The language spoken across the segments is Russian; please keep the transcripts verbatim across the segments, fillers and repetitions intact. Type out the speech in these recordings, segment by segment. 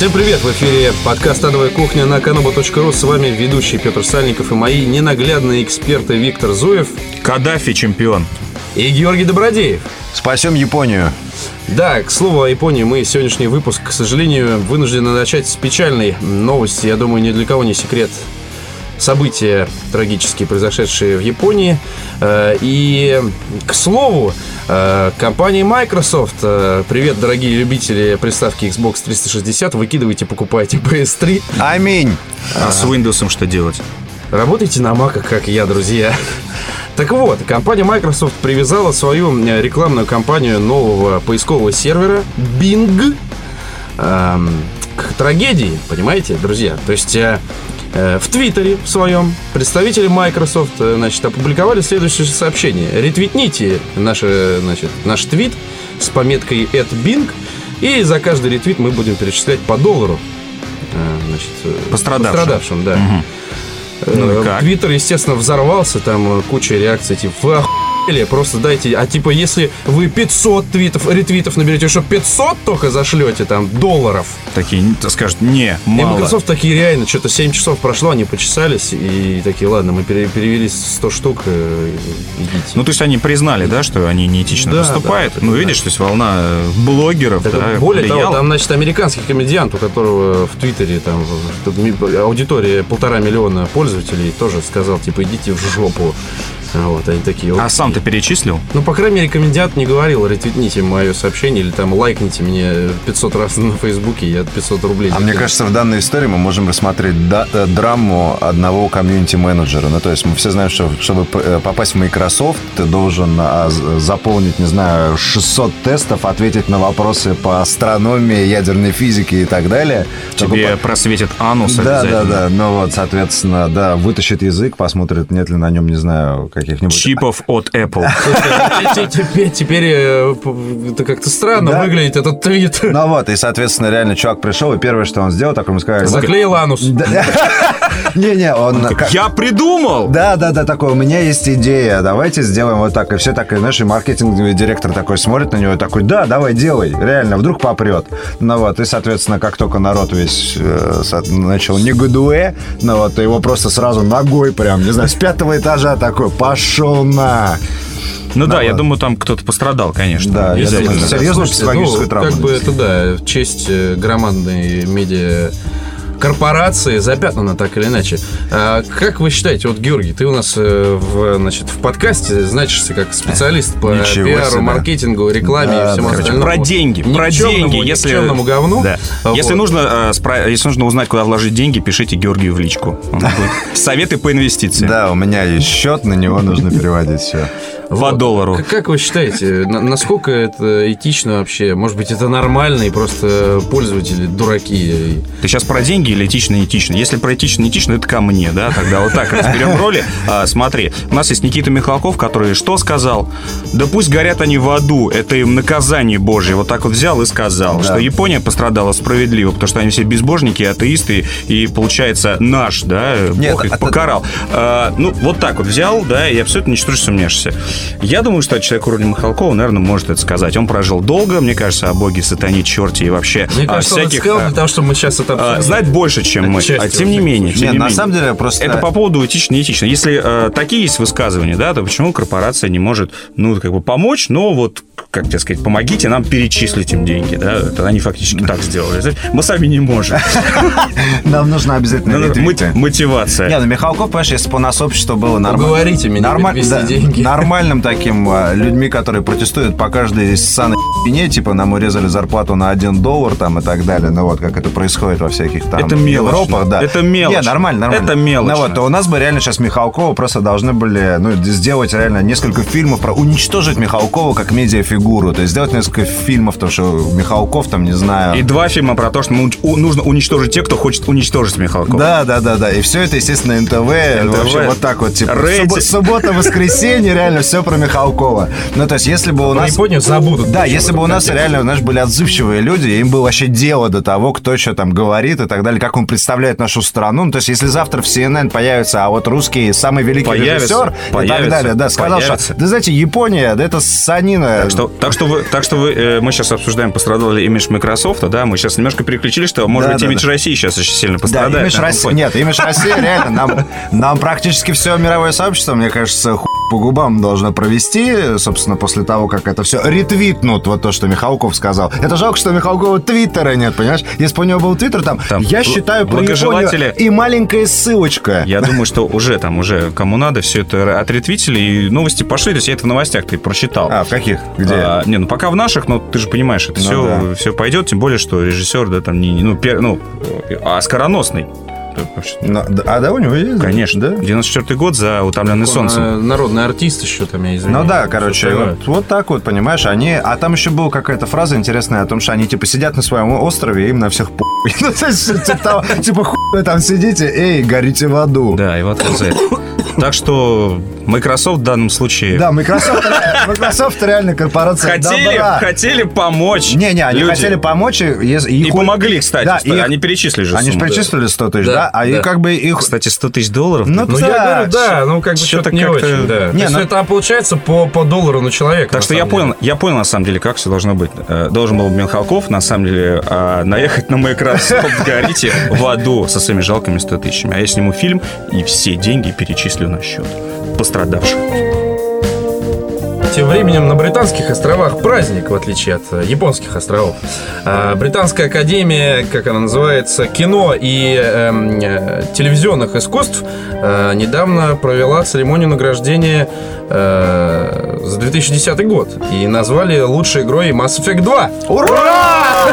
Всем привет! В эфире подкаст «Адовая кухня» на канобу точка ру. С вами ведущий Петр Сальников и мои ненаглядные эксперты Виктор Зуев, Каддафи чемпион, и Георгий Добродеев. Спасем Японию. Да, к слову о Японии, мы сегодняшний выпуск, к сожалению, вынуждены начать с печальной новости. Я думаю, ни для кого не секрет. События трагические, произошедшие в Японии. И, к слову, компания Microsoft, привет, дорогие любители приставки Xbox триста шестьдесят, выкидывайте, покупайте пи эс три. Аминь. А с Windows что делать? Работайте на Mac'ах, как я, друзья. Так вот, компания Microsoft привязала свою рекламную кампанию нового поискового сервера Bing э, к трагедии, понимаете, друзья? То есть э, э, в Твиттере в своем представители Microsoft, значит, опубликовали следующее сообщение. Ретвитните наш, значит, наш твит с пометкой эт Bing, и за каждый ретвит мы будем перечислять по доллару, э, значит, пострадавшим. пострадавшим, да. Угу. Ну, Твиттер, естественно, взорвался, там куча реакций, типа, вы охуели, просто дайте, а типа, если вы пятьсот твитов, ретвитов наберете, что пятьсот только зашлете, там, долларов. Такие скажут, не, мало. И Microsoft такие реально, что-то семь часов прошло, они почесались, и такие, ладно, мы перевели сто штук, идите. Ну, то есть они признали, да, что они неэтично да, поступают. Да, ну, да. видишь, то есть волна блогеров, так, да, более влияла. того, там, значит, американский комедиант, у которого в Твиттере там аудитория полтора миллиона пользователей, тоже сказал, типа, идите в жопу. Вот, они такие. А сам ты перечислил? Ну, по крайней мере, комедиант не говорил, ретвитните мое сообщение или там лайкните мне пятьсот раз на Фейсбуке, я пятьсот рублей. А мне кажется, в данной истории мы можем рассмотреть да, драму одного комьюнити-менеджера. Ну, то есть мы все знаем, что чтобы попасть в Microsoft, ты должен а, заполнить, не знаю, шестьсот тестов, ответить на вопросы по астрономии, ядерной физике и так далее. Тебе Только... просветит анус да, обязательно. Да, да, да. Ну, вот, соответственно, да, вытащит язык, посмотрит, нет ли на нем, не знаю, каких-нибудь... Чипов от Apple. Теперь, теперь это как-то странно да? выглядит, этот твит. Ну вот, и, соответственно, реально чувак пришел, и первое, что он сделал, так ему сказали... Заклеил анус. Не-не, он... Я придумал! Да-да-да, такой, у меня есть идея, давайте сделаем вот так. И все так, и знаешь, и маркетинговый директор такой смотрит на него и такой, да, давай, делай, реально, вдруг попрет. Ну вот, и, соответственно, как только народ весь э, начал негодуэ, ну вот, его просто сразу ногой прям, не знаю, с пятого этажа такой, пошел на... Ну да, да, я думаю, там кто-то пострадал, конечно. Да, я думаю, серьезную психологическую ну, травму. Как бы это, да, в честь громадной медиа... корпорации запятнана так или иначе. А как вы считаете, вот, Георгий, ты у нас в, значит, в подкасте значишься как специалист по Ничего пиару, себе. маркетингу, рекламе да, и всему да, остальному. Про деньги, про деньги. Если говну. Да. Вот. Если, нужно, если нужно узнать, куда вложить деньги, пишите Георгию в личку. Советы по инвестициям. Да, у меня есть счет, на него нужно переводить все. По вот. доллару. Как, как вы считаете, на, насколько это этично вообще? Может быть, это нормально, и просто пользователи дураки? Ты сейчас про деньги или этично-этично? Если про этично-этично, это ко мне, да? Тогда вот так разберем роли. А, смотри, у нас есть Никита Михалков, который что сказал? Да пусть горят они в аду, это им наказание Божье. Вот так вот взял и сказал, да. Что Япония пострадала справедливо, потому что они все безбожники, атеисты, и, получается, наш, да, Нет, Бог их это... покарал. А, ну, вот так вот взял, да, и абсолютно ничтоже сомнешься. Я думаю, что человек уровня Михалкова, наверное, может это сказать. Он прожил долго, мне кажется, о боге, сатане, черте и вообще мне кажется, всяких... он сказал для того, чтобы мы сейчас это а, знать больше, чем мы. А тем не менее, тем Нет, не на менее. самом деле просто... Это по поводу этично-неэтично. Если э, такие есть высказывания, да, то почему корпорация не может, ну, как бы помочь, но вот, как тебе сказать, помогите нам перечислить им деньги, да? Это они фактически так сделали. Мы сами не можем. Нам нужно обязательно ретвиты. Мотивация. Не, ну Михалков, понимаешь, если бы у нас общество было нормально... Уговорите меня перевести деньги. Нормальным таким людьми, которые протестуют по каждой ссаной пене, типа нам урезали зарплату на один доллар там и так далее, ну вот, как это происходит во всяких там это Европах, да. Это мелочь. Не, нормально, нормально. Это мелочь. Ну вот, то у нас бы реально сейчас Михалкова просто должны были, ну, сделать реально несколько фильмов про уничтожить Михалкова как медиафигуру, то есть сделать несколько фильмов, потому что Михалков там, не знаю... И два фильма про то, что нужно уничтожить тех, кто хочет уничтожить Михалкова. Да, да, да, да. И все это, естественно, эн тэ вэ, эн тэ вэ. Вообще вот так вот, типа, Reddit. суббота, воскресенье, реально все про Михалкова. Ну, то есть, если бы у нас... Японию забудут. Да, если бы у нас реально, знаешь, были отзывчивые люди, им было вообще дело до того, кто что там говорит и так далее, как он представляет нашу страну. Ну, то есть, если завтра в си эн эн появится, а вот русский самый великий появится, режиссер появится, и так далее, да, сказал, появится. что, да, знаете, Япония, да, это ссанина, что, так что, вы, так что вы, э, мы сейчас обсуждаем, пострадал ли имидж Microsoft, да, мы сейчас немножко переключили, что, может да, быть, да, имидж да. России сейчас очень сильно пострадает. Да, имидж России, нет, имидж России реально, нам, нам практически все мировое сообщество, мне кажется, хуй по губам должно провести, собственно, после того, как это все ретвитнут, вот то, что Михалков сказал. Это жалко, что у Михалкова твиттера нет, понимаешь? Если бы у него был твиттер, там, там я считаю про Японию, и маленькая ссылочка. Я думаю, что уже там, уже кому надо, все это отретвитили, и новости пошли, то есть я это в новостях ты прочитал. А, в каких? Где? А, не, ну пока в наших, но ты же понимаешь, это ну, все, да. все пойдет, тем более, что режиссер, да, там, не, ну, пер, ну, оскароносный. Но, а да, у него есть? Конечно, да. девяносто четвёртый год за «Утомленный солнцем». Народный артист еще там, я извиняюсь. Ну да, короче, вот, вот так вот, понимаешь, они... А там еще была какая-то фраза интересная о том, что они, типа, сидят на своем острове, и им на всех похуй. Ну, то есть, типа, хуй вы там сидите, эй, горите в аду. Да, и вот за это. Так что Microsoft в данном случае... Да, Microsoft, Microsoft реально корпорация хотели, добра. Хотели помочь. Не-не, они люди. хотели помочь. И, и, и помогли, кстати. Да, их, они перечислили же Они сумму, же перечислили сто тысяч, да? да? А да. И как бы их... Кстати, сто тысяч долларов. Ну, ну да, я говорю, да, ну как бы что-то не очень, да. Не, ну... это получается по, по доллару на человека. Так что я понял, я понял, на самом деле, как все должно быть. Должен был Михалков, на самом деле, наехать на Microsoft, горите в аду со своими жалкими сто тысячами. А я сниму фильм и все деньги перечислю на счет пострадавших. Тем временем на Британских островах праздник, в отличие от японских островов. Британская академия, как она называется, кино и э, телевизионных искусств э, недавно провела церемонию награждения э, за две тысячи десятый год и назвали лучшей игрой Mass Effect два. Ура!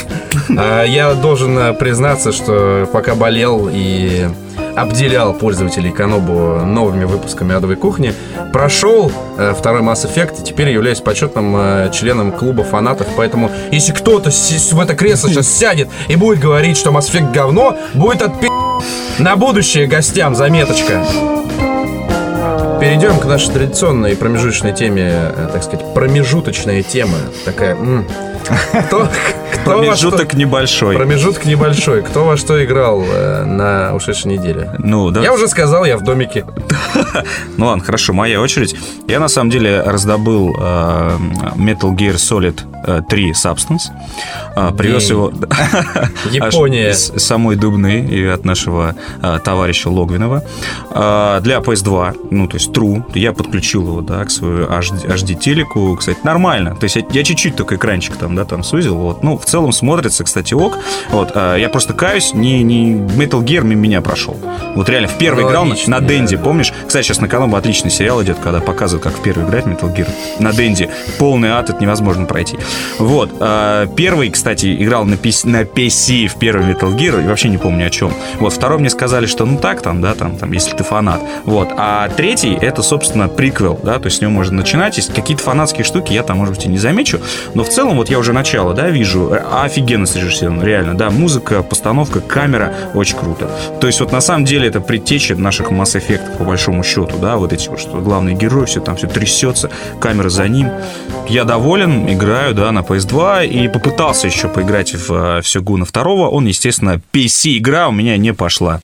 Я должен признаться, что пока болел и обделял пользователей Канобу новыми выпусками «Адовой кухни», прошел э, второй Mass Effect и теперь являюсь почетным э, членом клуба фанатов. Поэтому, если кто-то с- в это кресло сейчас сядет и будет говорить, что Mass Effect говно, будет отпи*** на будущее гостям заметочка. Перейдем к нашей традиционной промежуточной теме, э, так сказать, промежуточная тема. Такая... М- Кто, кто Промежуток что, небольшой. Промежуток небольшой. Кто во что играл э, на ушедшей неделе? Ну, да. Я уже сказал, я в домике. Ну ладно, хорошо, моя очередь. Я на самом деле раздобыл э, Metal Gear Solid три Substance. Э, привез его Япония. Из самой Дубны и от нашего э, товарища Логвинова. Э, для пи эс два, ну, то есть True. Я подключил его, да, к своему эйч ди телеку. Кстати, нормально. То есть я, я чуть-чуть только экранчик там, да, там сузил. Вот. Ну, в целом смотрится, кстати, ок. Вот. Э, я просто каюсь, не, не Metal Gear мимо меня прошел. Вот реально в первый играл на, на Денди, да. Помнишь? Кстати, сейчас на Канобу отличный сериал идет, когда показывают, как в первый играть Metal Gear на Денди. Полный ад, это невозможно пройти. Вот. Первый, кстати, играл на пи си в первый Metal Gear, и вообще не помню о чем. Вот. Второй мне сказали, что ну так там, да, там, там, если ты фанат. Вот. А третий, это, собственно, приквел, да, то есть с него можно начинать. Есть какие-то фанатские штуки, я там, может быть, и не замечу, но в целом, вот я уже начало, да, вижу, офигенно срежиссировано, реально, да, музыка, постановка, камера, очень круто. То есть вот на самом деле это предтеча наших Mass Effect, по большому счету, да, вот эти вот, что главный герой, все там, все трясется, камера за ним. Я доволен, играю, да, на пи эс два, и попытался еще поиграть в uh, Всегу на второго, он, естественно, пи си-игра у меня не пошла.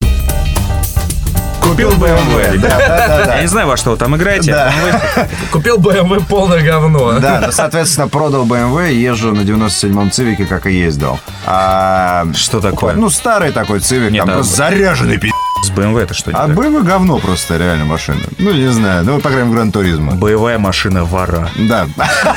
Купил бэ эм вэ. Да, да, да, да. Я не знаю, во что вы там играете. Да. Купил бэ эм вэ полное говно. Да, ну, соответственно, продал бэ эм вэ, езжу на девяносто седьмом Цивике, как и ездил. А... Что такое? Ну, старый такой Цивик, Нет, там да, просто заряженный пи***. С бэ эм вэ это что? А бэ эм вэ говно просто, реально, машина. Ну, не знаю, ну, по крайней мере, Гран-туризмо. Боевая машина вора. Да.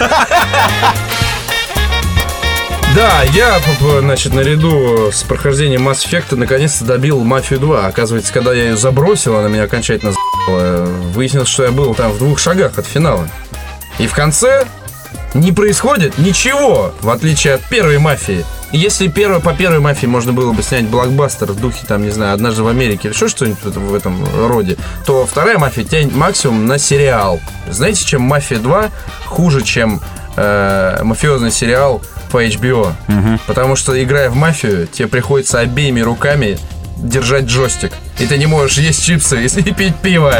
Да, я, значит, наряду с прохождением Mass Effect наконец-то добил Мафию два. Оказывается, когда я ее забросил, она меня окончательно за***ла. Выяснилось, что я был там в двух шагах от финала. И в конце не происходит ничего, в отличие от первой Мафии. Если первый, по первой Мафии можно было бы снять блокбастер в духе, там, не знаю, «Однажды в Америке» или еще что-нибудь в этом роде, то вторая Мафия тянет максимум на сериал. Знаете, чем Мафия два хуже, чем э, мафиозный сериал по эйч би о? Угу. Потому что, играя в Мафию, тебе приходится обеими руками держать джойстик. И ты не можешь есть чипсы и пить пиво.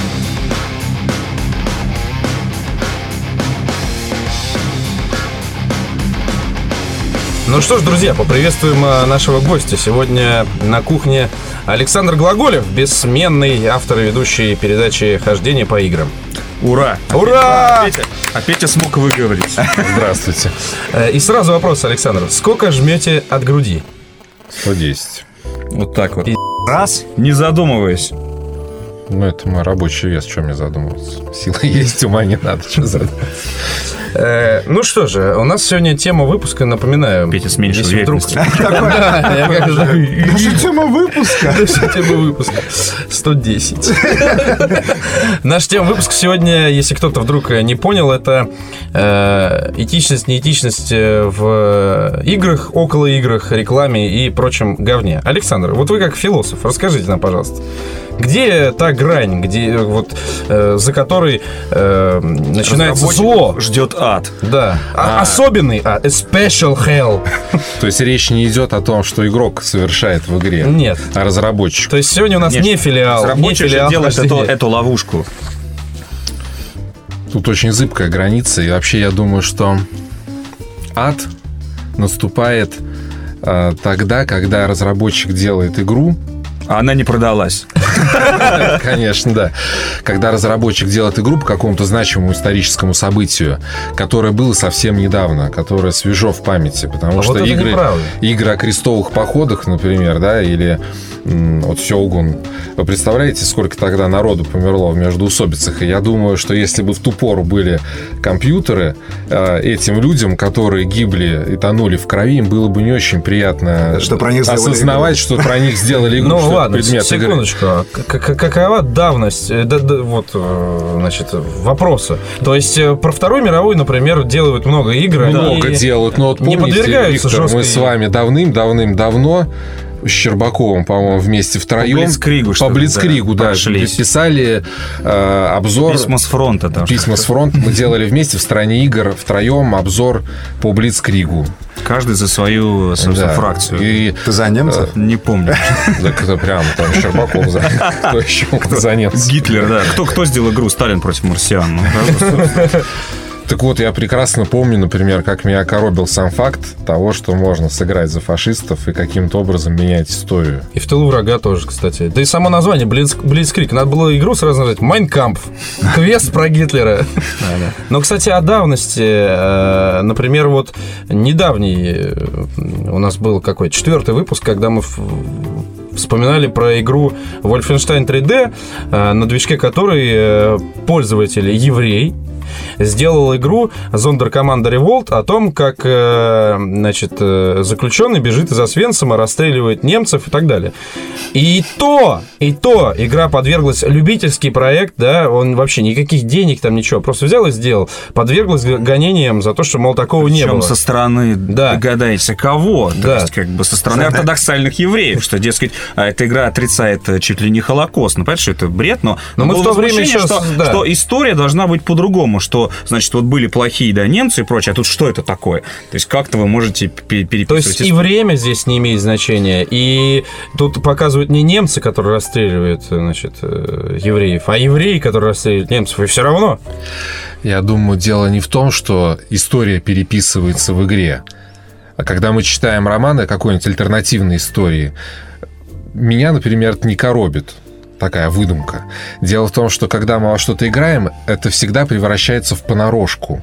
Ну что ж, друзья, поприветствуем нашего гостя. Сегодня на кухне Александр Глаголев, бессменный автор и ведущий передачи «Хождение по играм». Ура! Ура! А Петя, а Петя смог выговорить. Здравствуйте. И сразу вопрос, Александр. Сколько жмете от груди? сто десять. Вот так вот. Раз. Не задумываясь. Ну, это мой рабочий вес, что мне задумываться. Сила есть, ума не надо, что задумываться. Э, ну что же, у нас сегодня тема выпуска, напоминаю. Петя сменишь если вдруг- уверенность. Да, я как же- Наша тема выпуска. Наша тема выпуска сто десять. Наша тема выпуска сегодня, если кто-то вдруг не понял, это э, этичность, неэтичность э, в играх, около играх, рекламе и прочем говне. Александр, вот вы как философ, расскажите нам, пожалуйста, где та грань, где вот э, за которой э, начинается Разработчик зло? Ждет ад. Да, а- особенный, а, a special hell. То есть речь не идет о том, что игрок совершает в игре, Нет. а разработчик. То есть сегодня у нас Нет, не филиал, не Разработчик же филиал делает эту, хождения. эту ловушку. Тут очень зыбкая граница, и вообще я думаю, что ад наступает э, тогда, когда разработчик делает игру. А она не продалась. Конечно, да. Когда разработчик делает игру по какому-то значимому историческому событию, которое было совсем недавно, которое свежо в памяти, потому А что вот это игры, неправда. игры о крестовых походах, например, да, или м, вот Сёгун. Вы представляете, сколько тогда народу померло в междоусобицах? И я думаю, что если бы в ту пору были компьютеры, э, этим людям, которые гибли и тонули в крови, им было бы не очень приятно Что про них сделали осознавать, что про них сделали игру, Ну что это ладно, предмет игры. секундочку. А к- к- Какова давность э, да- да, вот, э, значит, вопроса? То есть э, про Вторую мировую, например, делают много игр. они Много делают, но вот не помните, подвергаются Виктор, мы жесткой- с вами давным-давным-давно с Щербаковым, по-моему, вместе втроем По Блицкригу, что по ли, Блицкригу, да, да, прошлись. писали э, обзор Письма с фронта там. письма с фронта. Мы делали вместе в стране игр втроем обзор по Блицкригу. Каждый за свою собственно, Да. фракцию. И Ты за немцев? Не помню. так это прямо там Щербаков за кто еще за немцев. Гитлер, да. Кто, кто сделал игру «Сталин против марсиан»? Ну, да, Так вот, я прекрасно помню, например, как меня коробил сам факт того, что можно сыграть за фашистов и каким-то образом менять историю. И в тылу врага тоже, кстати. Да и само название Блиц- Блицкриг. Надо было игру сразу назвать Майнкампф. Квест про Гитлера. Но, кстати, о давности. э, Например, вот недавний э, у нас был какой? Четвертый выпуск, когда мы в- вспоминали про игру Wolfenstein три дэ, э, на движке которой э, пользователь еврей сделал игру Зондеркоманда Револт о том, как э, значит, э, заключенный бежит из Освенцима, расстреливает немцев и так далее. И то, и то игра подверглась, любительский проект, да, он вообще никаких денег там ничего, просто взял и сделал, подверглась гонениям за то, что, мол, такого не Причем было. со стороны, Да. догадаетесь, кого? То Да. есть, как бы со стороны ортодоксальных евреев, что, дескать, а, эта игра отрицает чуть ли не Холокост. Ну, понятно, что это бред, но, Но мы было в то время возмущение, сейчас, что, да. что история должна быть по-другому, что, значит, вот были плохие, да, немцы и прочее, а тут что это такое? То есть, как-то вы можете пе- переписывать То есть и историю. время здесь не имеет значения, и тут показывают не немцы, которые расстреливают, значит, э, евреев, а евреи, которые расстреливают немцев, и все равно. Я думаю, дело не в том, что история переписывается в игре. А когда мы читаем романы какой-нибудь альтернативной истории, меня, например, это не коробит. Такая выдумка. Дело в том, что когда мы во что-то играем, это всегда превращается в понарошку.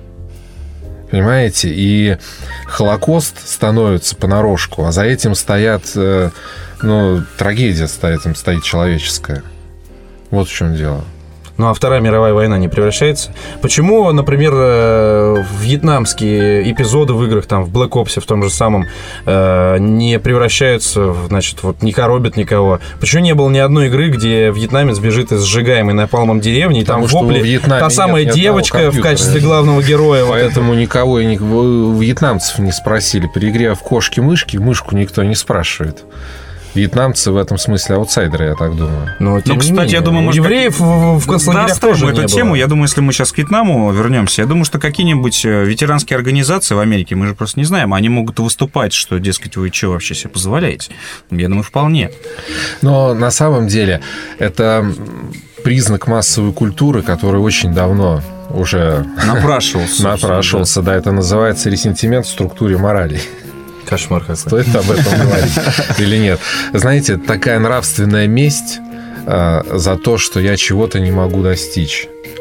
Понимаете? И Холокост становится понарошку, а за этим стоят... э, ну, трагедия за этим стоит человеческая. Вот в чем дело. Ну, а Вторая мировая война не превращается? Почему, например, э, вьетнамские эпизоды в играх, там, в Black Ops, в том же самом, э, не превращаются, в, значит, вот не коробят никого? Почему не было ни одной игры, где вьетнамец бежит из сжигаемой напалмом деревни, и там Потому что вопли, во Вьетнаме та нет самая ни одного девочка в компьютера. качестве главного героя? вот это. Поэтому никого и ник- в- вьетнамцев не спросили. При игре в кошки-мышки мышку никто не спрашивает. Вьетнамцы в этом смысле аутсайдеры, я так думаю. Но, тем Ну, не кстати, менее, я думаю, у может, евреев в, в концлагерях Да, оставим тоже эту не тему. было. Я думаю, если мы сейчас к Вьетнаму вернемся, я думаю, что какие-нибудь э, ветеранские организации в Америке, мы же просто не знаем, они могут выступать, что, дескать, вы что вообще себе позволяете? Я думаю, вполне. Но на самом деле это признак массовой культуры, который очень давно уже Напрашивался. напрашивался. Да, это называется ресентимент в структуре морали. Кошмар какой. Стоит об этом говорить или нет? Знаете, такая нравственная месть э, за то, что я чего-то не могу достичь.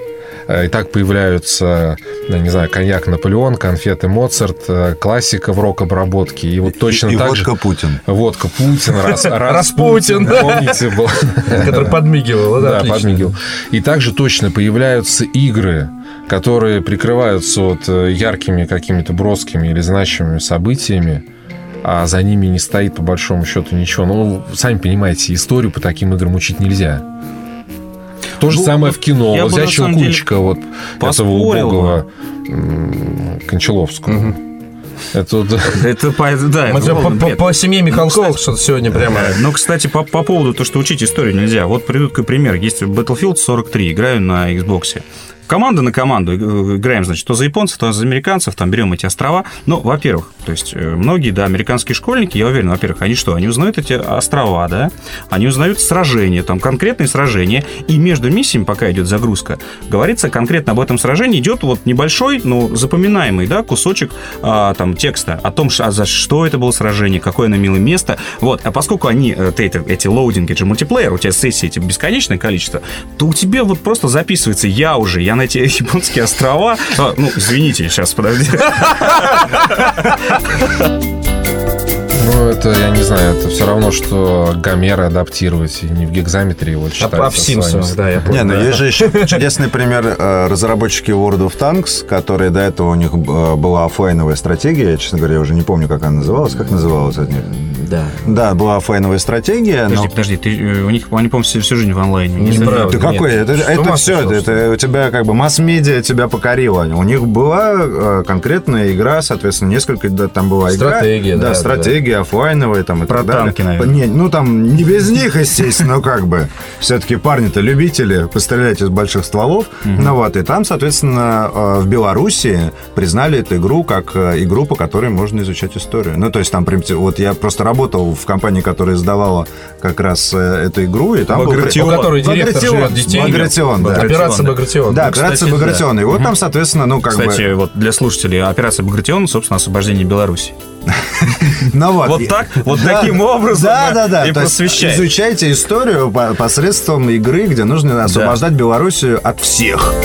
И так появляются, я не знаю, коньяк Наполеон, конфеты Моцарт, классика в рок-обработке. И вот точно и, и так водка же... Путин. Водка Путин, Рас, Распутин, да. Помните, был... Который подмигивал, да, Да, подмигивал. И также точно появляются игры, которые прикрываются вот яркими какими-то броскими или значимыми событиями, а за ними не стоит, по большому счету, ничего. Ну, сами понимаете, историю по таким играм учить нельзя. То же ну, самое в кино. Вот «Зайчего куличика», вот этого убогого Кончаловского. Угу. Это, да. Это, да, Мы это по, по, по семье Михалковых что-то сегодня прямо... Ну, кстати, по, по поводу того, что учить историю нельзя. Вот приведу такой пример. Есть Battlefield сорок три, играю на Xbox. Команда на команду играем, значит, то за японцев, то за американцев, там берем эти острова. Ну, во-первых, то есть многие, да, американские школьники, я уверен, во-первых, они что, они узнают эти острова, да, они узнают сражения, там конкретные сражения, и между миссиями, пока идет загрузка, говорится конкретно об этом сражении, идет вот небольшой, но запоминаемый, да, кусочек а, там текста о том, а за что это было сражение, какое оно имело место, вот, а поскольку они, эти, эти лоудинги, это же мультиплеер, у тебя сессии эти бесконечное количество, то у тебя вот просто записывается я уже, я на эти японские острова. А, ну, извините, сейчас, подожди. Ну, это, я не знаю, это все равно, что Гомера адаптировать и не в гекзаметре его читать. А в Симпсонах, да, я помню. Не, ну да. есть же еще чудесный пример разработчики World of Tanks, которые до этого у них была оффлайновая стратегия, честно говоря, я уже не помню, как она называлась. Как называлась от них? Да. Да, была оффлайновая стратегия. Подожди, но... подожди, ты, у них, они, по-моему, всю, всю жизнь в онлайне. Не знаю. Ты какой? Это, это все, это, это у тебя как бы масс-медиа тебя покорила. У них была э, конкретная игра, соответственно, несколько, да, там была стратегия, игра. Да, да, стратегия, да. Оффлайновая там и про так далее. танки, наверное. Не, ну, там не без них, естественно, но как бы все-таки парни-то любители пострелять из больших стволов. Ну вот, и там, соответственно, э, в Беларуси признали эту игру как э, игру, по которой можно изучать историю. Ну, то есть там, вот я просто работал в компании, которая издавала как раз э, эту игру, и там Багратион, был... у которой директор живет детей. Багратион, да. Операция Багратион. Да, операция Багратион. И вот там, соответственно, ну, как бы... Кстати, вот для слушателей, операция Багратион, собственно, освобождение Беларуси. Ну, вот. Вот так, вот таким образом да, да, да. и просвещает. Изучайте историю посредством игры, где нужно освобождать Белоруссию от всех.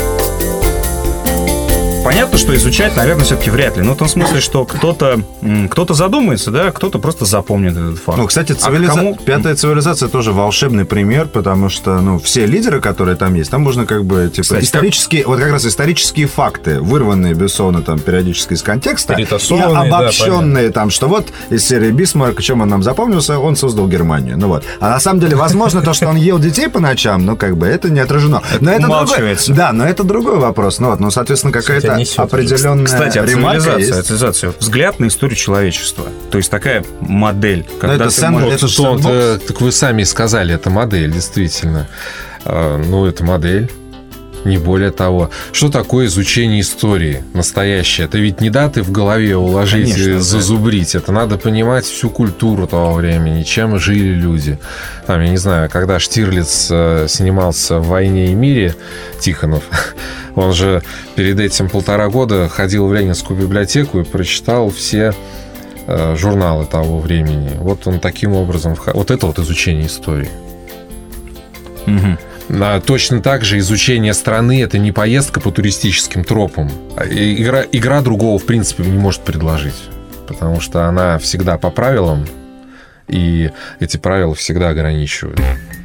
Понятно, что изучать, наверное, все-таки вряд ли. Но в том смысле, что кто-то, кто-то задумается, да, кто-то просто запомнит этот факт. Ну, кстати, цивилиза... а кому... пятая цивилизация тоже волшебный пример, потому что, ну, все лидеры, которые там есть, там можно как бы, типа, кстати, исторические, как... вот как раз исторические факты, вырванные Бессона там периодически из контекста, и обобщенные, да, там, что вот из серии Бисмарк, чем он нам запомнился, он создал Германию. Ну вот. А на самом деле, возможно, то, что он ел детей по ночам, ну, как бы, это не отражено. Но это другой... Да, но это другой вопрос. Ну вот, ну, соответственно, какая-то определенная Кстати, ремарка есть. Цивилизация. Взгляд на историю человечества. То есть такая модель. Когда это ты сэн... можешь... это что, это, так вы сами сказали, это модель, действительно. А, ну, это модель. Не более того. Что такое изучение истории настоящее? Это ведь не даты в голове уложить и зазубрить. Да. Это надо понимать всю культуру того времени, чем жили люди. Там, я не знаю, когда Штирлиц э, снимался в «Войне и мире», Тихонов, он же перед этим полтора года ходил в Ленинскую библиотеку и прочитал все э, журналы того времени. Вот он таким образом... Вот это вот изучение истории. Угу. А точно так же изучение страны – это не поездка по туристическим тропам. Игра, игра другого, в принципе, не может предложить. Потому что она всегда по правилам, и эти правила всегда ограничивают.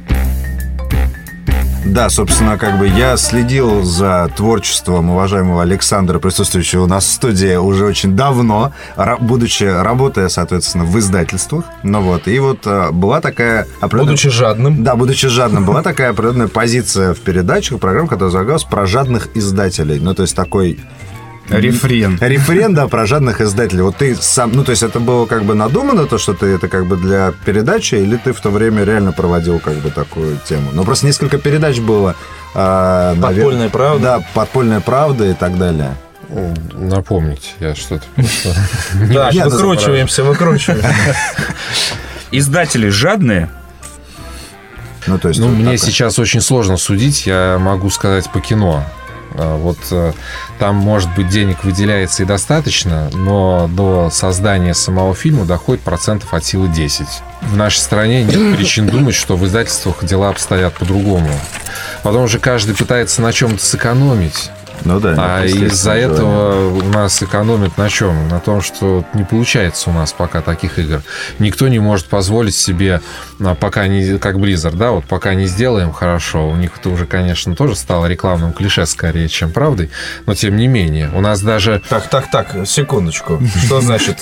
Да, собственно, как бы я следил за творчеством уважаемого Александра, присутствующего у нас в студии уже очень давно, будучи, работая, соответственно, в издательствах. Ну вот, и вот была такая... Будучи жадным. Да, будучи жадным, была такая определенная позиция в передачах, программа, которая называлась «Про жадных издателей». Ну, то есть такой... Рефрен. Рефрен, да, про жадных издателей. Вот ты сам, ну, то есть это было как бы надумано, то, что ты это как бы для передачи, или ты в то время реально проводил как бы такую тему? Ну, просто несколько передач было. Э, «Подпольная навер... правда». Да, «Подпольная правда» и так далее. Напомните, я что-то... Да, выкручиваемся, выкручиваемся. Издатели жадные? Ну, мне сейчас очень сложно судить, я могу сказать по кино. Вот там, может быть, денег выделяется и достаточно, но до создания самого фильма доходит процентов от силы десять. В нашей стране нет причин думать, что в издательствах дела обстоят по-другому. Потом же каждый пытается на чем-то сэкономить. Ну да. А из-за этого у нас экономят на чем? На том, что не получается у нас пока таких игр. Никто не может позволить себе, пока не, как Blizzard, да, вот пока не сделаем хорошо. У них это уже, конечно, тоже стало рекламным клише скорее, чем правдой. Но тем не менее, у нас даже... Так, так, так, секундочку. Что значит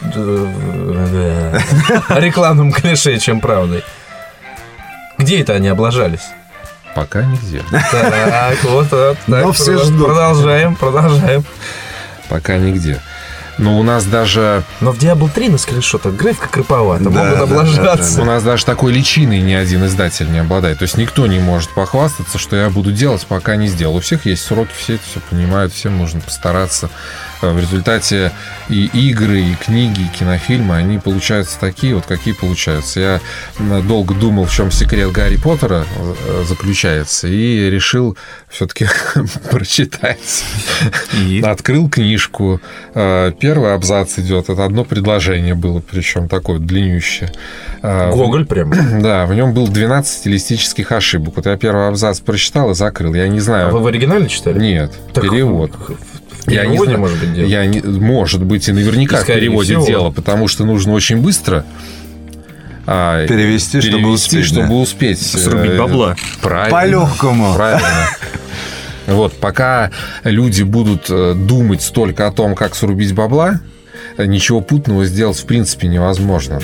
рекламным клише, чем правдой? Где это они облажались? Пока нигде. Так, вот, вот. Но Так, все продол- ждут. Продолжаем, продолжаем. Пока нигде. Но у нас даже... Но в Diablo три на скриншотах графика криповата. Да, Могут да, облажаться. да, У нас даже такой личиной ни один издатель не обладает. То есть никто не может похвастаться, что я буду делать, пока не сделал. У всех есть сроки, все это все понимают, всем нужно постараться. В результате и игры, и книги, и кинофильмы, они получаются такие, вот какие получаются. Я долго думал, в чем секрет Гарри Поттера заключается, и решил все-таки прочитать. И? Открыл книжку. Первый абзац идет, это одно предложение было, причем такое длиннющее. Гоголь прям. Да, в нем было двенадцать стилистических ошибок. Вот я первый абзац прочитал и закрыл. Я не знаю. А вы в оригинале читали? Нет, Так, перевод. В переводе, может быть, дело? Я не, может быть, и наверняка И, в скорее переводе всего. дело, потому что нужно очень быстро а, Перевести, чтобы перевести, успеть, чтобы да. успеть. Срубить э, бабла. Правильно. По-легкому. Правильно. Вот, пока люди будут э, думать столько о том, как срубить бабла, э, ничего путного сделать в принципе невозможно.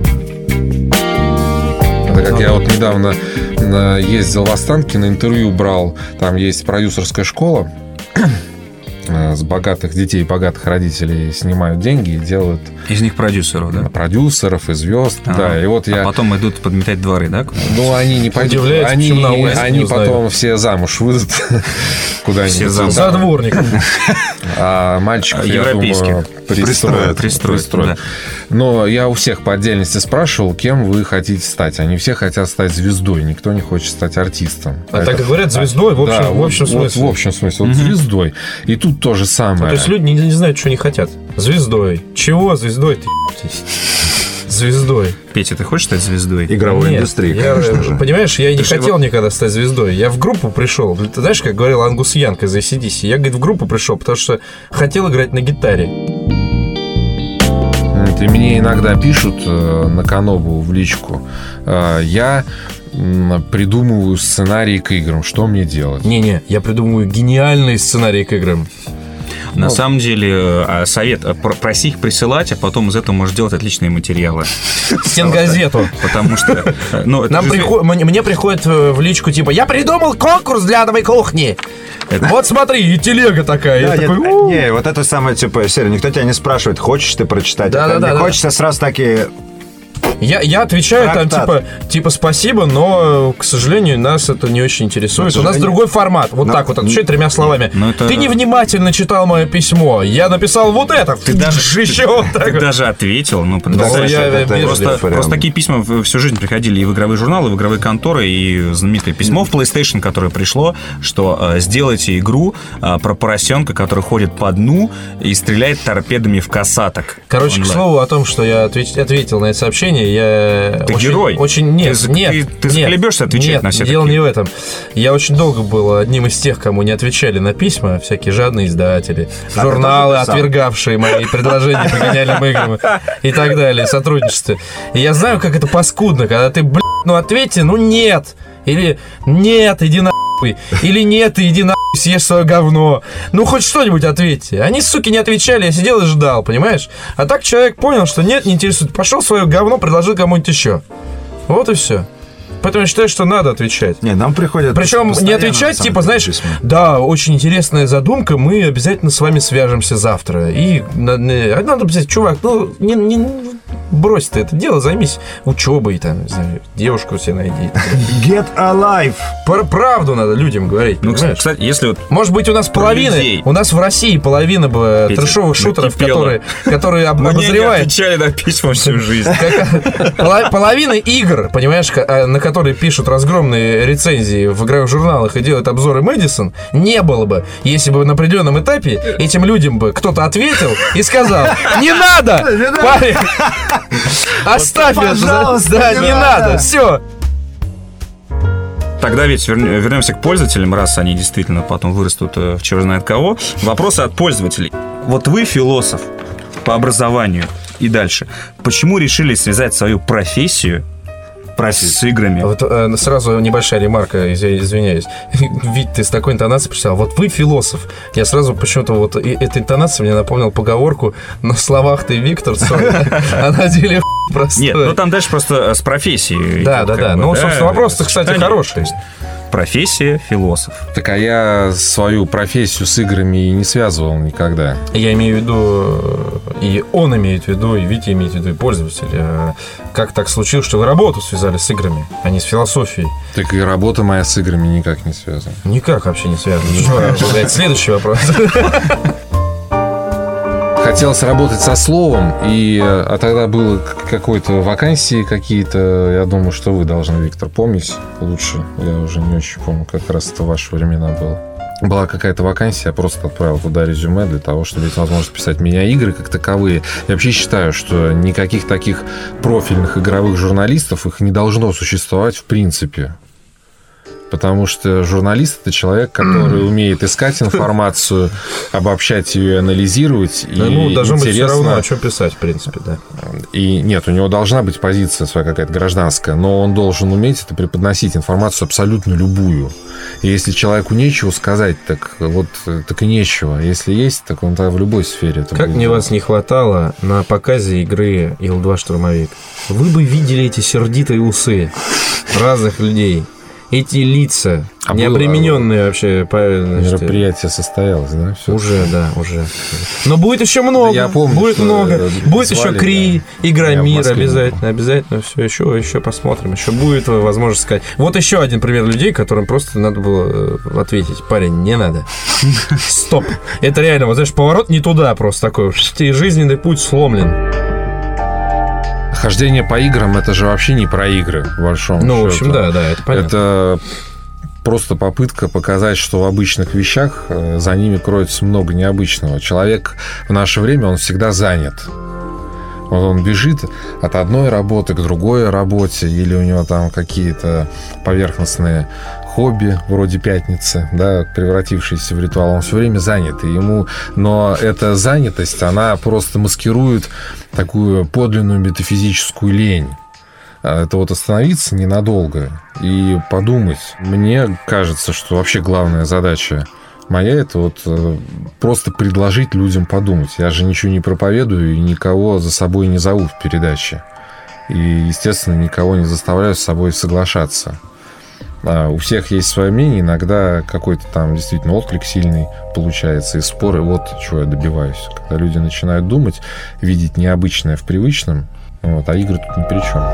Это как я вот недавно э, ездил в Останкино, интервью брал, там есть продюсерская школа, э, с богатых детей, богатых родителей снимают деньги и делают Из них продюсеров, да? продюсеров и звезд. Ага. Да, и вот я... А потом идут подметать дворы, да? Ну, они не пойдут. Удивляется, Они, почему на улице они не узнают. потом все замуж выйдут куда-нибудь. Все замуж. За дворником. А мальчиков, я Европейских. думаю, пристроят. Пристроят, Пристроят. Но я у всех по отдельности спрашивал, кем вы хотите стать. Они все хотят стать звездой, никто не хочет стать артистом. А Это- так и говорят, звездой, в общем, Да, в общем вот- смысле. Вот, в общем смысле, вот звездой. И тут то же Ну, самое. то есть люди не, не знают, что они хотят. Звездой. Чего звездой ты ебитесь? Звездой. Петя, ты хочешь стать звездой? Игровой Нет, индустрии, я, конечно же. Понимаешь, я не Ты же хотел его- никогда стать звездой. Я в группу пришел. Ты знаешь, как говорил Ангус Янг из эй си ди си? Я, говорит, в группу пришел, потому что хотел играть на гитаре. Вот, и мне иногда пишут э, на Канобу в личку. э, я м, придумываю сценарии к играм. Что мне делать? Не-не, я придумываю гениальный сценарий к играм. На самом деле, э, совет э, про- проси их присылать, а потом из этого можешь делать отличные материалы. Стенгазету. Потому что... э, ну, это Нам же- приход- мне, мне приходит э, в личку типа: я придумал конкурс для новой кухни. Вот смотри, и телега такая. Да, Я нет, такой: а, «У». не, вот это самое, типа, серия, никто тебя не спрашивает, хочешь ты прочитать. Да, это да, не да, да. хочется сразу такие... Я, я отвечаю там Трактат. типа, типа спасибо, но, к сожалению, нас это не очень интересует. Но, к У нас сожалению- другой формат. Вот Но- так вот, отвечаю тремя словами. Но это- Ты невнимательно читал мое письмо. Я написал вот это. Ты даже, еще вот так. ты вот. даже ответил. Ну, Да, представляешь, я- это я просто, вежлив, прям. просто такие письма в- всю жизнь приходили и в игровые журналы, и в игровые конторы, и знаменитое письмо в PlayStation, которое пришло, что э, сделайте игру э, про поросенка, который ходит по дну и стреляет торпедами в косаток. Короче, к Онлайн. слову о том, что я ответь- ответил на это сообщение, я... Ты очень, герой. Очень... Нет, Ты за- нет, ты- ты нет, захлебешься отвечать нет, на все дело такие. не в этом. Я очень долго был одним из тех, кому не отвечали на письма, всякие жадные издатели, А журналы, ты тоже писал? отвергавшие мои предложения по гениальным играм и так далее, сотрудничестве. И я знаю, как это паскудно, когда ты, блядь, ну ответьте, ну нет. Или нет, иди нахуй. Или нет, иди нахуй, съешь свое говно. Ну, хоть что-нибудь ответьте. Они, суки, не отвечали, я сидел и ждал, понимаешь? А так человек понял, что нет, не интересует. Пошел свое говно, предложил кому-нибудь еще. Вот и все. Поэтому я считаю, что надо отвечать. Не, нам приходят... Причем не постоянно, отвечать, на самом типа, деле, знаешь, письма. да, очень интересная задумка, мы обязательно с вами свяжемся завтра. И на- на- надо написать: чувак, ну, не, не- брось ты это дело, займись учебой, там, не знаю, девушку себе найди. Get alive! Про правду надо людям говорить, Ну, понимаешь? кстати, если вот... Может быть, у нас половина, людей. у нас в России половина бы Петя, трешовых шутеров, накипело. которые, которые об- Мне не обозревают. отвечали на письма всю жизнь. Как- поло- Половина игр, понимаешь, ка- а, на которые пишут разгромные рецензии в игровых журналах и делают обзоры Мэдисон, не было бы, если бы на определенном этапе этим людям бы кто-то ответил и сказал: не надо, парень, оставь это, Пожалуйста, да, не не надо. надо, все. Тогда ведь верн- вернемся к пользователям, раз они действительно потом вырастут э, в черт знает кого. Вопросы от пользователей. Вот вы философ по образованию и дальше. Почему решили связать свою профессию с играми? Вот э, сразу небольшая ремарка, из- извиняюсь. Вить, ты с такой интонацией прочитал. Вот вы философ. Я сразу почему-то вот и- эта интонация мне напомнила поговорку: на словах ты Виктор Цой, а на деле простой. Нет, ну там дальше просто э, с профессией. Да, идет, да, как да. бы, Ну, собственно, вопрос-то, кстати, сочетание. хороший. Профессия философ. Так а я свою профессию с играми и не связывал никогда. Я имею в виду, и он имеет в виду, и Витя имеет в виду, и пользователь. А как так случилось, что вы работу связали с играми, а не с философией? Так и работа моя с играми никак не связана. Никак вообще не связано. Что, блядь, следующий вопрос. Хотелось работать со словом, и, а тогда было к- какой-то вакансии какие-то. Я думаю, что вы должны, Виктор, помнить лучше. Я уже не очень помню, как раз это ваши времена было. Была какая-то вакансия, я просто отправил туда резюме для того, чтобы иметь возможность писать меня игры как таковые. Я вообще считаю, что никаких таких профильных игровых журналистов их не должно существовать в принципе. Потому что журналист – это человек, который умеет искать информацию, обобщать ее и анализировать. Но и ему должно быть все интересно- равно, о чем писать, в принципе, да. И нет, у него должна быть позиция своя какая-то гражданская, но он должен уметь это преподносить, информацию абсолютно любую. И если человеку нечего сказать, так вот, так и нечего. Если есть, так он тогда в любой сфере это Как будет мне делать. вас не хватало на показе игры Ил два Штурмовик. Вы бы видели эти сердитые усы разных людей. Эти лица, А не было- обремененные вообще по Мероприятие состоялось, да? Всё. Уже, да, уже. Но будет еще много. Да я помню, будет что, много. э, Будет звали, еще Кри, да. Игра Я в Мира, Москве обязательно, обязательно. Все, еще, еще посмотрим. Еще будет возможность сказать. Вот еще один пример людей, которым просто надо было э, ответить: парень, не надо. Стоп. Это реально, вот знаешь, поворот не туда просто такой. И жизненный путь сломлен. Хождение по играм – это же вообще не про игры, в большом Ну, в счету. общем, да, да, это понятно. Это просто попытка показать, что в обычных вещах э, за ними кроется много необычного. Человек в наше время, он всегда занят. Вот он бежит от одной работы к другой работе, или у него там какие-то поверхностные хобби, вроде пятницы, да, превратившиеся в ритуал. Он все время занят, и ему... Но эта занятость, она просто маскирует такую подлинную метафизическую лень. Это вот остановиться ненадолго и подумать. Мне кажется, что вообще главная задача моя – это вот э, просто предложить людям подумать. Я же ничего не проповедую и никого за собой не зову в передаче. И, естественно, никого не заставляю с собой соглашаться. А у всех есть свое мнение, иногда какой-то там действительно отклик сильный получается, и споры. Вот чего я добиваюсь. Когда люди начинают думать, видеть необычное в привычном, вот, а игры тут ни при чем.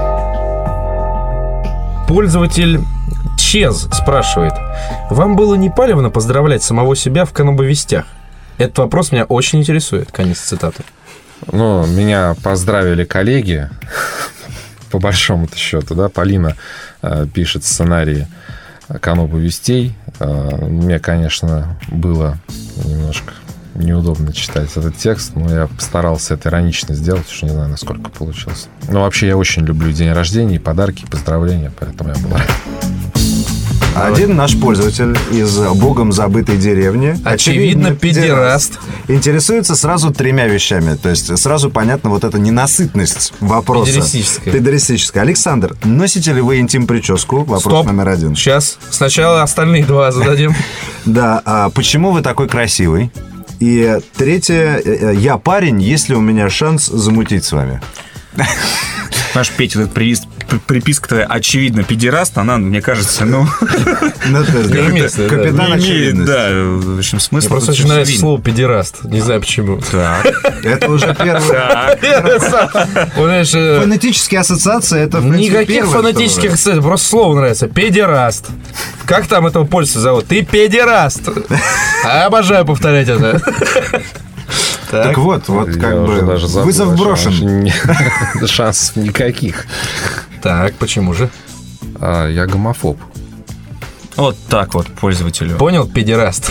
Пользователь Чез спрашивает: вам было не палевно поздравлять самого себя в Канобовестях? Этот вопрос меня очень интересует. Конец цитаты. Ну, меня поздравили коллеги, по большому-то счету, да, Полина э, пишет сценарии «Канобовестей». Э, мне, конечно, было немножко неудобно читать этот текст, но я постарался это иронично сделать, уж не знаю, насколько получилось. Но вообще я очень люблю день рождения, и подарки, и поздравления, поэтому я был рад. Один наш пользователь из богом забытой деревни, Очевидно, педераст. интересуется сразу тремя вещами. То есть сразу понятно вот эта ненасытность вопроса. Педеристическая. Педеристическая. Александр, носите ли вы интим-прическу? Вопрос Стоп. номер один. Сейчас. Сначала остальные два зададим. Да, а почему вы такой красивый? И третье, э, я парень, есть ли у меня шанс замутить с вами? Наш Петя, этот приезд приписка твоя очевидно педераст, она, мне кажется, ну... Капитан очевидность. Да, в общем, смысл... Мне просто очень нравится слово педераст. Не знаю почему. Так. Это уже первое. Фонетические ассоциации, это, в принципе, никаких первое, фонетических ассоциаций, просто слово нравится. Педераст. Как там этого пользователя зовут? Ты педераст. Обожаю повторять это. Так, так вот, вот Я как уже бы даже забыл, вызов брошен. Шансов никаких. Так, почему же? А, я гомофоб. Вот так вот пользователю. Понял, педераст.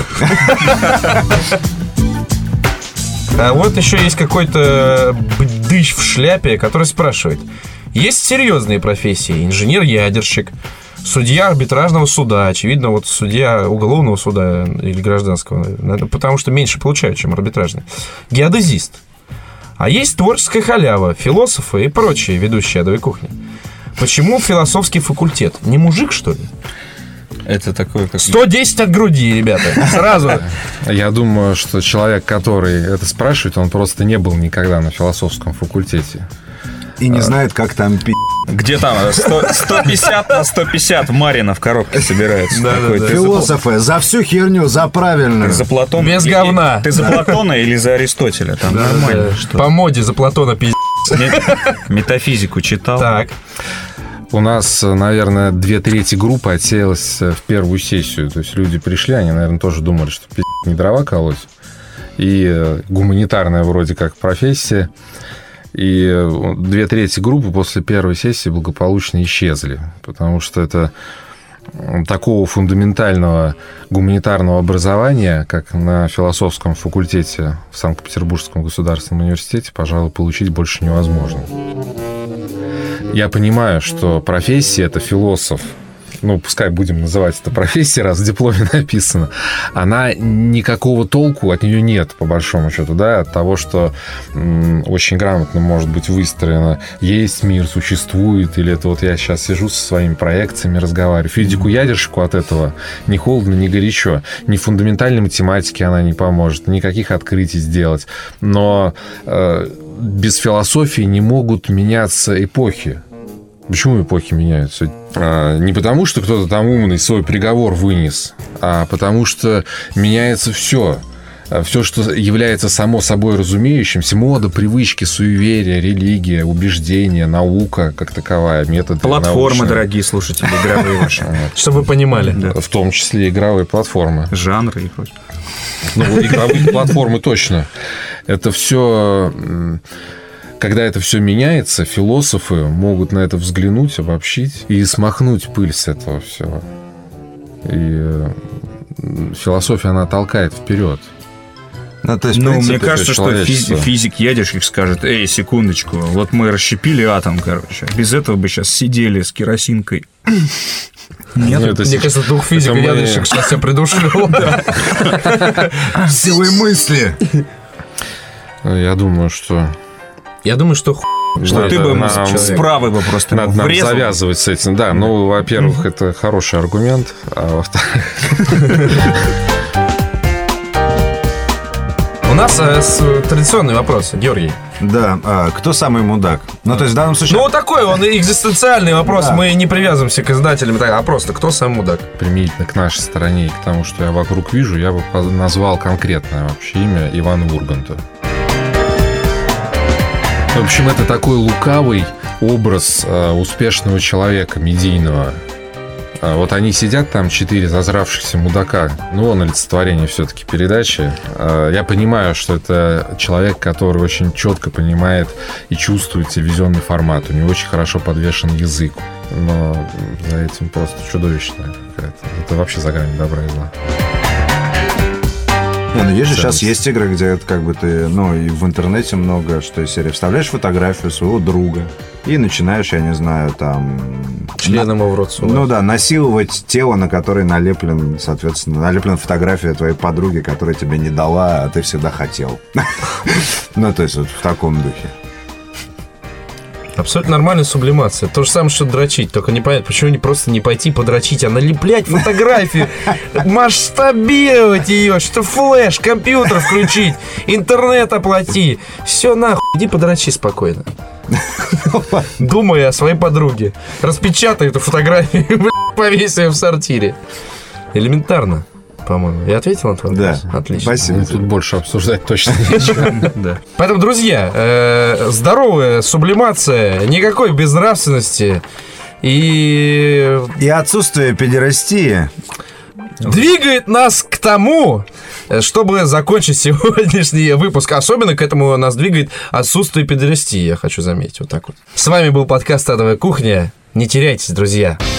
А вот еще есть какой-то бдыщ в шляпе, который спрашивает. Есть серьезные профессии. Инженер-ядерщик, судья арбитражного суда. Очевидно, вот судья уголовного суда или гражданского, потому что меньше получают, чем арбитражный. Геодезист. А есть творческая халява, философы и прочие ведущие адовой кухни. Почему философский факультет? Не мужик, что ли? Это такое, как... сто десять от груди, ребята. Сразу. Я думаю, что человек, который это спрашивает, он просто не был никогда на философском факультете. И не знает, как там пи***. Где там сто, сто пятьдесят на сто пятьдесят Марина в коробке собирается. Да, да, да. Философы, за всю херню, за правильную. За Платона. Без говна. Ты за Платона или за Аристотеля? Там нормально. Что? По моде за Платона пиздец. Метафизику читал. Так. У нас, наверное, две трети группы отсеялась в первую сессию. То есть люди пришли, они, наверное, тоже думали, что пиздец не дрова колоть. И гуманитарная вроде как профессия. И две трети группы после первой сессии благополучно исчезли. Потому что это такого фундаментального гуманитарного образования, как на философском факультете в Санкт-Петербургском государственном университете, пожалуй, получить больше невозможно. Я понимаю, что профессия – это философ. Ну, пускай будем называть это профессией, раз в дипломе написано. Она никакого толку от нее нет, по большому счету, да, от того, что м, очень грамотно может быть выстроено. Есть мир, существует, или это вот я сейчас сижу со своими проекциями, разговариваю. Физику-ядерщику от этого ни холодно, ни горячо. Ни фундаментальной математике она не поможет, никаких открытий сделать. Но э, без философии не могут меняться эпохи. Почему эпохи меняются? А, не потому, что кто-то там умный свой приговор вынес, а потому что меняется все. Все, что является само собой разумеющимся, мода, привычки, суеверия, религия, убеждения, наука как таковая, методы. Платформы, научные. Дорогие слушатели, игровые ваши. Чтобы вы понимали. В том числе игровые платформы. Жанры и прочее. Ну, игровые платформы точно. Это все... Когда это все меняется, философы могут на это взглянуть, обобщить и смахнуть пыль с этого всего. И философия, она толкает вперед. Ну, то есть, ну принципе, мне кажется, что физик, физик-ядерщик скажет: эй, секундочку, вот мы расщепили атом, короче. Без этого бы сейчас сидели с керосинкой. Нет, ну, мне кажется, двух физик-ядерщик мы... сейчас я придушил. Силой мысли. Я думаю, что... Я думаю, что ху... Что надо, ты бы нам, справа бы просто надо нам завязывать с этим. Да, ну, во-первых, mm-hmm. это хороший аргумент, а во-вторых... У нас э, с, традиционный вопрос, Георгий. Да, а, кто самый мудак? Ну, то есть в данном случае... Ну, вот такой он экзистенциальный вопрос. Да. Мы не привязываемся к издателям, а просто кто самый мудак? Применительно к нашей стороне и к тому, что я вокруг вижу, я бы назвал конкретное вообще имя Ивана Урганта. В общем, это такой лукавый образ э, успешного человека, медийного. А вот они сидят там, четыре зазравшихся мудака. Ну, он олицетворение все-таки передачи. А я понимаю, что это человек, который очень четко понимает и чувствует телевизионный формат. У него очень хорошо подвешен язык. Но за этим просто чудовищная какая-то. Это вообще за гранью добра и зла. Не, ну есть же сейчас есть игры, где как бы ты, ну, и в интернете много, что из серии вставляешь фотографию своего друга и начинаешь, я не знаю, там... Членом его в рот сувать. Ну да, насиловать тело, на которое налеплен, соответственно, налеплена фотография твоей подруги, которая тебе не дала, а ты всегда хотел. Ну, то есть вот в таком духе. Абсолютно нормальная сублимация. То же самое, что дрочить. Только непонятно, почему не просто не пойти подрочить, а налеплять фотографию, масштабировать ее, что флеш, компьютер включить, интернет оплати. Все нахуй, иди подрочи спокойно. думая о своей подруге. Распечатай эту фотографию и, блядь, повесь ее в сортире. Элементарно, по-моему. Я ответил на твой вопрос? Да. Отлично. Спасибо. Ну, тут больше обсуждать точно нечего. Да. Поэтому, друзья, э, здоровая сублимация, никакой безнравственности и И отсутствие педерастии двигает нас к тому, чтобы закончить сегодняшний выпуск. Особенно к этому нас двигает отсутствие педерастии, я хочу заметить. Вот так вот. С вами был подкаст «Адовая кухня». Не теряйтесь, друзья.